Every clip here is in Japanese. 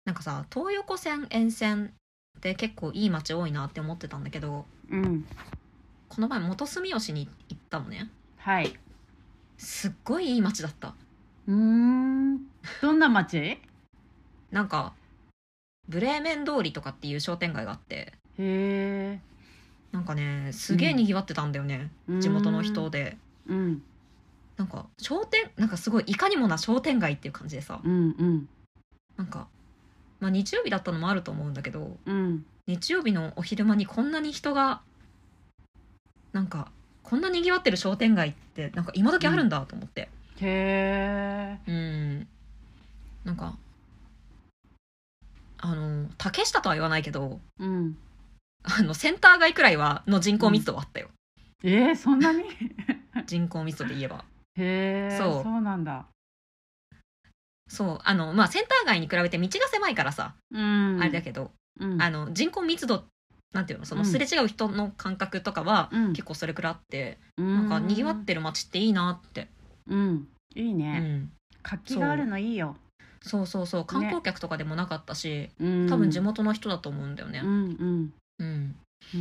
なんかさ、東横線沿線って結構いい街多いなって思ってたんだけど、 うん。 この前元住吉に行ったのね。 はい。 すっごいいい街だった。 どんな街？ なんかブレーメン通りとかっていう商店街があって、 へえ。 なんかねうん。 すげえ賑わってたんだよね。 うー地元の人ん。 で、 うん。 なんかなんかすごいいかにもな商店街っていう感じでさ、 うん。 なんかまあ日曜日だったのもあると思うんだけど、 うん。 日曜日のお昼間にこんなに人が、なんかこんな賑わってる商店街ってなんか今時うん。 あるんだと思って。 へえ。 うん。なんか竹下とは言わないけど、 うん。 センター街くらいはの人口密うん。 度はあったよ。 そんなに？ 人口密度で言えば。 へえ、 そそうなんだ。 そう、まあセンター街に比べて道が狭いからさ、 うあれだん。 けど、 うん。 人口密度、なんていうの、そうん。 のすれ違う人の感覚とかはうん。 結構それくらいあって、 うーなんか賑わっん。 てる街っていいなって。 うん。いいね。 うん。 活気があるそうのいいよ。 そう観ね。 光客とかでもなかったし、 う多分地ん。 元の人だと思うんだよね。 うん。 うん。 うん。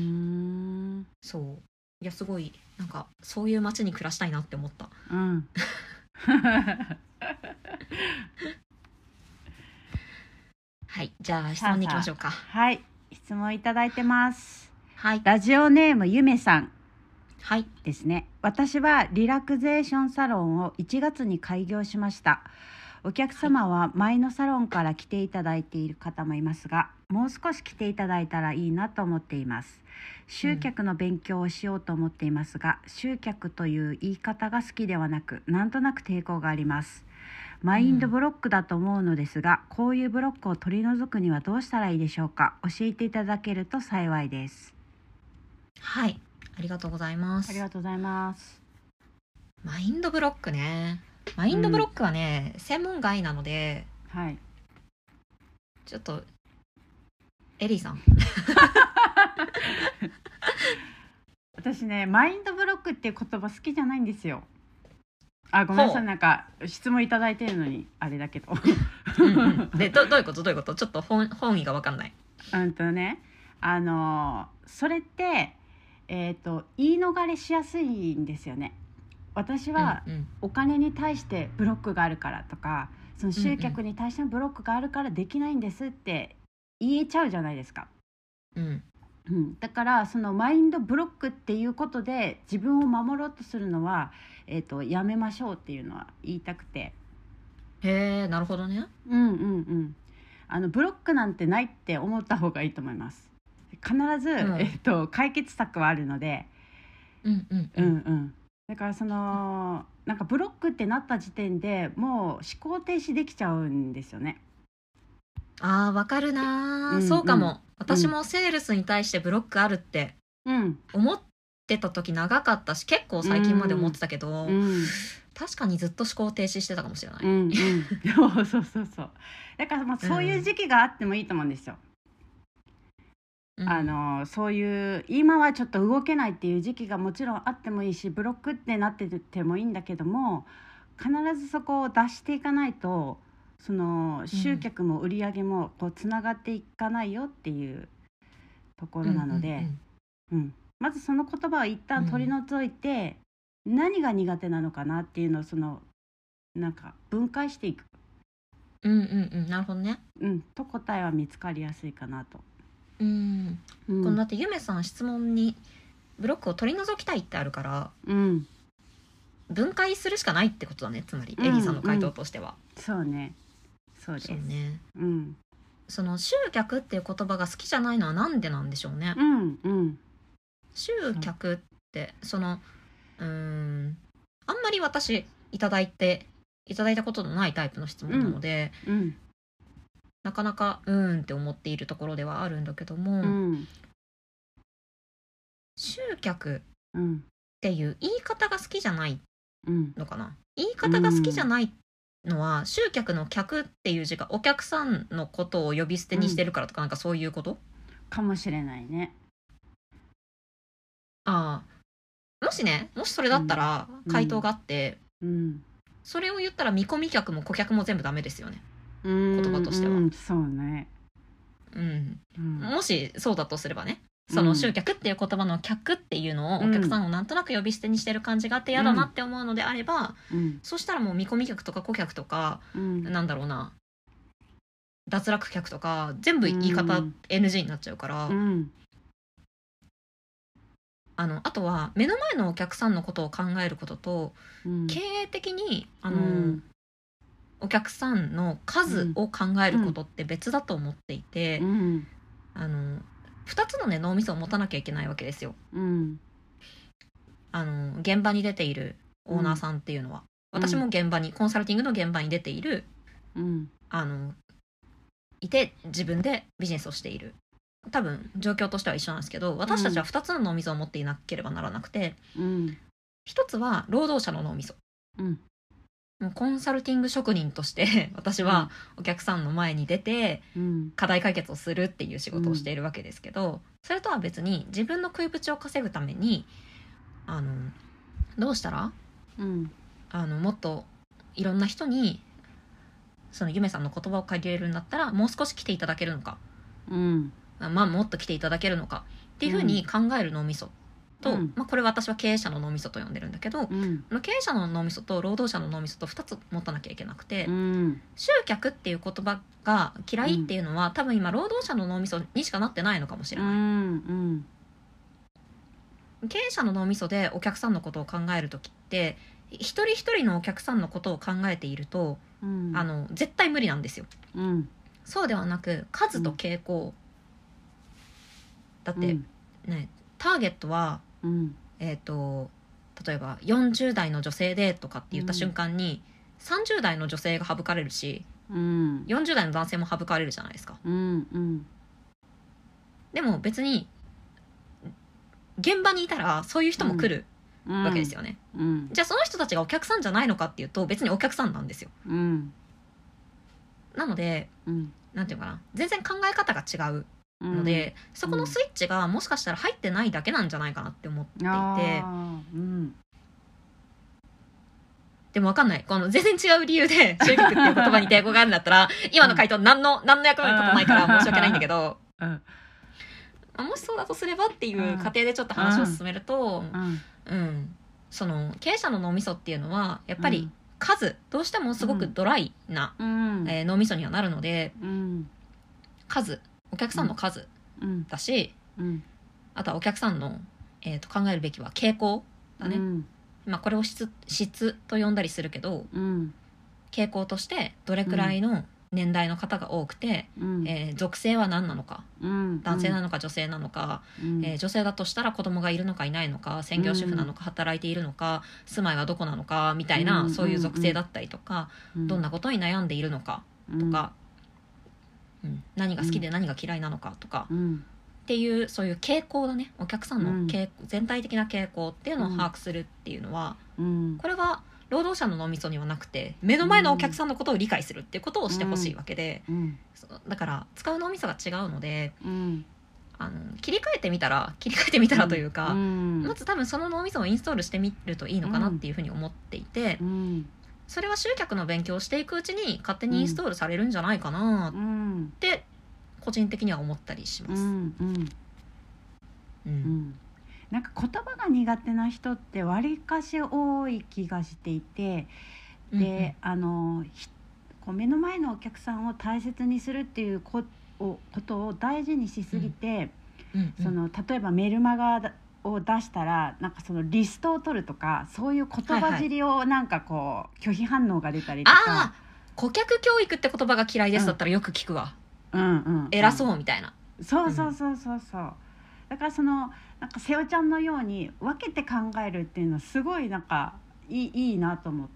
そう、いやすごいなんかそういう街に暮らしたいなって思った。 うん。 はい、じゃあ質問に行きまさあさあ、 しょうか。 はい、質問いただいてます。 はい。 ラジオネームゆめさんはい。 ですね。私はリラクゼーションサロンを1月に開業しました。お客はい。 様は前のサロンから来ていただいている方もいますが、もう少し来ていただいたらいいなと思っています。集うん。 客の勉強をしようと思っていますが、集客という言い方が好きではなく、なんとなく抵抗があります。マインドうん。 ブロックだと思うのですが、こういうブロックを取り除くにはどうしたらいいでしょうか。教えていただけると幸いです。 はい。ありがとうございます。 ありがとうございます。 マインドブロックね。マイうん。 ンドブロックはね、専門外なので、 はい。 ちょっと、エリーさん。 私ね、マインドブロックっていう言葉好きじゃないんですよ。あ、ごめんなさい。 ほなんか質問いただいてるのにあれだけど。 う。うんうん。で、どういうことどういうこと、ちょっと本意がわかんない。 ね、それって、言い逃れしやすいんですよね。私はうんうん。 お金に対してブロックがあるからとか、そのうんうん。 集客に対してのブロックがあるからできないんですって言えちゃうじゃないですか。 うん。 だからそのマインドブロックっていうことで自分を守ろうとするのは、やめましょうっていうのは言いたくて。 へえ、なるほどね。 ブロックなんてないって思った方がいいと思います。必ず、 うん。 解決策はあるので。 うんうんうん。 だからなんかブロックってなった時点でもう思考停止できちゃうんですよね。 ああ、わかるうなー。 んうんそうかも。私もセールスに対してブロックあるってうん思ってた時長かったし、結構う最近まで思っんてたけど、 うん確かにずっと思考停止してたかもしれない。 そう。だからまあそういううん。 時期があってもいいと思うんですよ。 うん。 そういう今はちょっと動けないっていう時期がもちろんあってもいいし、ブロックってなっててもいいんだけども、必ずそこを出していかないと、その集うん。 客も売り上げもこうつながっていかないよっていうところうんうなので、 んまずその言葉を一旦取りうん。 除いて、何が苦手なのかなっていうのをなんか分解していく、 うんうんうん。なるほどね。 と答えは見つかりやすいかなと。 うん。 うんこのだってゆめさん質問にブロックを取り除きたいってあるから、 うん分解するしかないってことだね。つまりうエリーさんの回答んうんとしては。 そうね、そうです。 そうね。 うんその集客っていう言葉が好きじゃないのはなんでなんでしょうね。 うん集そう。 客ってうーんあんまり私いただいたことのないタイプの質問なのうんで、 うんなかなかって思っているところではあるんだけども、 うん集客っうんていう言い方が好きじゃないうんのかな。言いう方が好きじゃんないのは、集客の客っていう字がお客さんのことを呼び捨てにしてるからとか、なんかそういうこと。 かもしれないね。 ああ、もしそれだったうんら回答うんがあって、 うんそれを言ったら見込み客も顧客も全部ダメですよね。 言葉としてはそうね、 もしそうだとすればね、その集客っていう言葉の客っていうのをお客さんをなんとなく呼び捨てにしてる感じがあって嫌だなって思うのであれば、そしたらもう見込み客とか顧客とか、なんだろうな、脱落客とか全部言い方 NG になっちゃうから、あとは目の前のお客さんのことを考えることと、経営的にお客さんの数を考えることって別だと思っていて、2つのね脳みそを持たなきゃいけないわけですよ。現場に出ているオーナーさんっていうのは、私も現場にコンサルティングの現場に出ている、いて自分でビジネスをしている、多分状況としては一緒なんですけど、私たちは2つの脳みそを持っていなければならなくて、1つは労働者の脳みそ、もうコンサルティング職人として私はお客さんの前に出て課題解決をするっていう仕事をしているわけですけど、それとは別に自分の食いぶちを稼ぐためにどうしたら、もっといろんな人にそのゆめさんの言葉を借りれるんだったらもう少し来ていただけるのか、もっと来ていただけるのかっていうふうに考える脳みそと、これ私は経営者の脳みそと呼んでるんだけど、経営者の脳みそと労働者の脳みそと2つ持たなきゃいけなくて、集客っていう言葉が嫌いっていうのは、多分今労働者の脳みそにしかなってないのかもしれない、経営者の脳みそでお客さんのことを考える時って一人一人のお客さんのことを考えていると、絶対無理なんですよ、そうではなく数と傾向、だってね、ターゲットは、例えば40代の女性でとかって言った瞬間に、30代の女性が省かれるし、40代の男性も省かれるじゃないですか、でも別に現場にいたらそういう人も来るわけですよね、じゃあその人たちがお客さんじゃないのかっていうと別にお客さんなんですよ、なので、なんていうかな、全然考え方が違うので、そこのスイッチがもしかしたら入ってないだけなんじゃないかなって思っていて、でも分かんない、この全然違う理由で集客っていう言葉に抵抗があるんだったら今の回答何の役に立たないから申し訳ないんだけど、もしそうだとすればっていう過程でちょっと話を進めると、その経営者の脳みそっていうのはやっぱり数、どうしてもすごくドライな、脳みそにはなるので、数、お客さんの数だし、あとはお客さんの、考えるべきは傾向だね、これを質と呼んだりするけど、傾向としてどれくらいの年代の方が多くて、属性は何なのか、男性なのか女性なのか、女性だとしたら子供がいるのかいないのか、専業主婦なのか働いているのか、住まいはどこなのかみたいな、そういう属性だったりとか、どんなことに悩んでいるのかとか、何が好きで何が嫌いなのかとか、っていうそういう傾向だね、お客さんの全体的な傾向っていうのを把握するっていうのは、これは労働者の脳みそにはなくて、目の前のお客さんのことを理解するっていうことをしてほしいわけで、だから使う脳みそが違うので、切り替えてみたらというか、まず多分その脳みそをインストールしてみるといいのかなっていうふうに思っていて、それは集客の勉強をしていくうちに勝手にインストールされるんじゃないかなって個人的には思ったりします。 なんか言葉が苦手な人ってわりかし多い気がしていて、で、こう目の前のお客さんを大切にするっていうことを大事にしすぎて、その例えばメルマガを出したらなんかそのリストを取るとか、そういう言葉尻をなんかこう拒否反応が出たりとか、 顧客教育って言葉が嫌いですだったらよく聞くわ、偉そうみたいな、 そう。だからそのなんか瀬尾ちゃんのように分けて考えるっていうのはすごいなんかいいなと思った。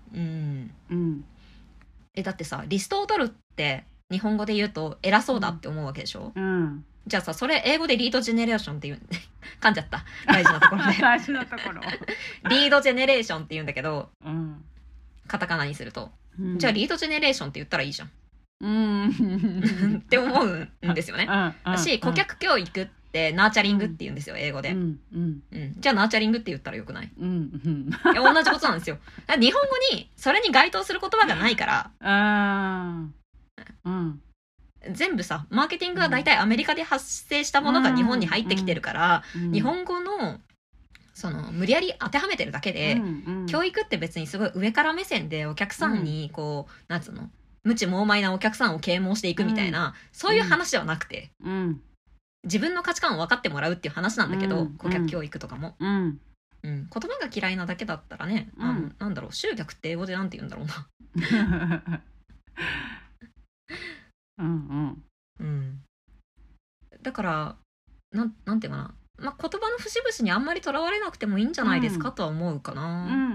だってさ、リストを取るって日本語で言うと偉そうだって思うわけでしょ、じゃあさ、それ英語でリードジェネレーションっていう噛んじゃった大事なところで大事なところリードジェネレーションって言うんだけど、カタカナにすると、じゃあリードジェネレーションって言ったらいいじゃんって思うんですよね。し、顧客教育っってナーチャリングって言うんですよ、英語で、じゃあナーチャリングって言ったらよくない？いや同じことなんですよ。日本語にそれに該当する言葉がないから、全部さ、マーケティングは大体アメリカで発生したものが日本に入ってきてるから、日本語のその無理やり当てはめてるだけで、教育って別にすごい上から目線でお客さんにこう、なんつうの、無知猛昧なお客さんを啓蒙していくみたいな、そういう話ではなくて、自分の価値観を分かってもらうっていう話なんだけど、顧客教育とかも、言葉が嫌いなだけだったらね、なんだろう、集客って英語でなんて言うんだろうなだからなんていうかな、言葉の節々にあんまりとらわれなくてもいいんじゃないですかとは思うかな。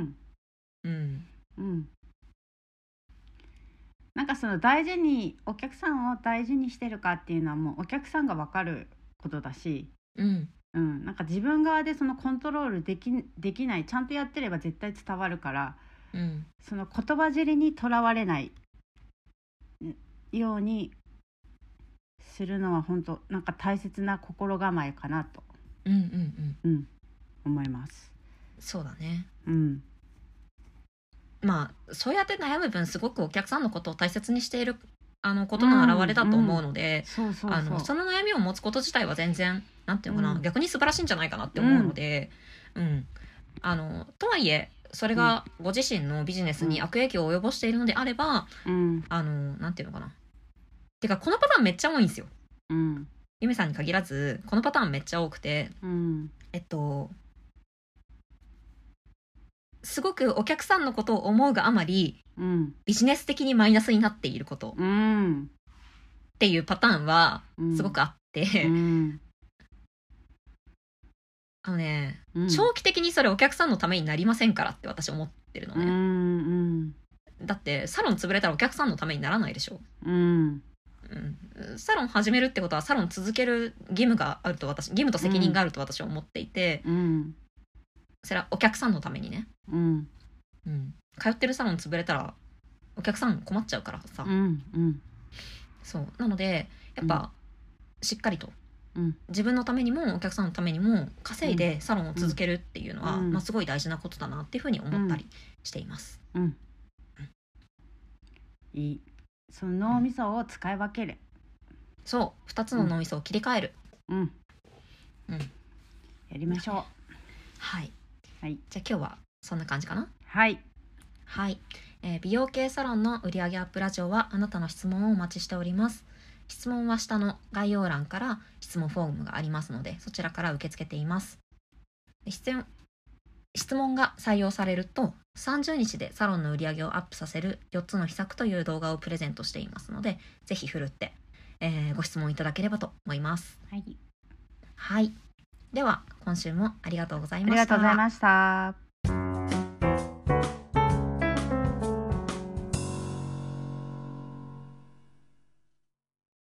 なんかそのお客さんを大事にしてるかっていうのはもうお客さんが分かることだし、なんか自分側でそのコントロールできない、ちゃんとやってれば絶対伝わるから、その言葉尻にとらわれないようにするのは本当なんか大切な心構えかなと思います。 そうだね。そうやって悩む分すごくお客さんのことを大切にしていることの表れだと思うので、その悩みを持つこと自体は全然なんていうのかな、逆に素晴らしいんじゃないかなって思うので、とはいえそれがご自身のビジネスに悪影響を及ぼしているのであれば、なんていうのかな、てかこのパターンめっちゃ多いんですよ。ゆめさんに限らずこのパターンめっちゃ多くて、すごくお客さんのことを思うがあまり、ビジネス的にマイナスになっていることっていうパターンはすごくあって、長期的にそれお客さんのためになりませんからって私思ってるのね。だってサロン潰れたらお客さんのためにならないでしょ。サロン始めるってことはサロン続ける義務と責任があると私は思っていて、それはお客さんのためにね、通ってるサロン潰れたらお客さん困っちゃうからさ、そうなのでやっぱ、しっかりと、自分のためにもお客さんのためにも稼いでサロンを続けるっていうのは、すごい大事なことだなっていうふうに思ったりしています。 いい。その脳みそを使い分ける。 そう2つの脳みそを切り替える。 やりましょう。 はい、じゃあ今日はそんな感じかな。 はい、 美容系サロンの売上アップラジオはあなたの質問をお待ちしております。質問は下の概要欄から質問フォームがありますので、そちらから受け付けています。質問が採用されると30日でサロンの売り上げをアップさせる4つの秘策という動画をプレゼントしていますので、ぜひふるって、ご質問いただければと思います。はい、では今週もありがとうございました。 ありがとうございました。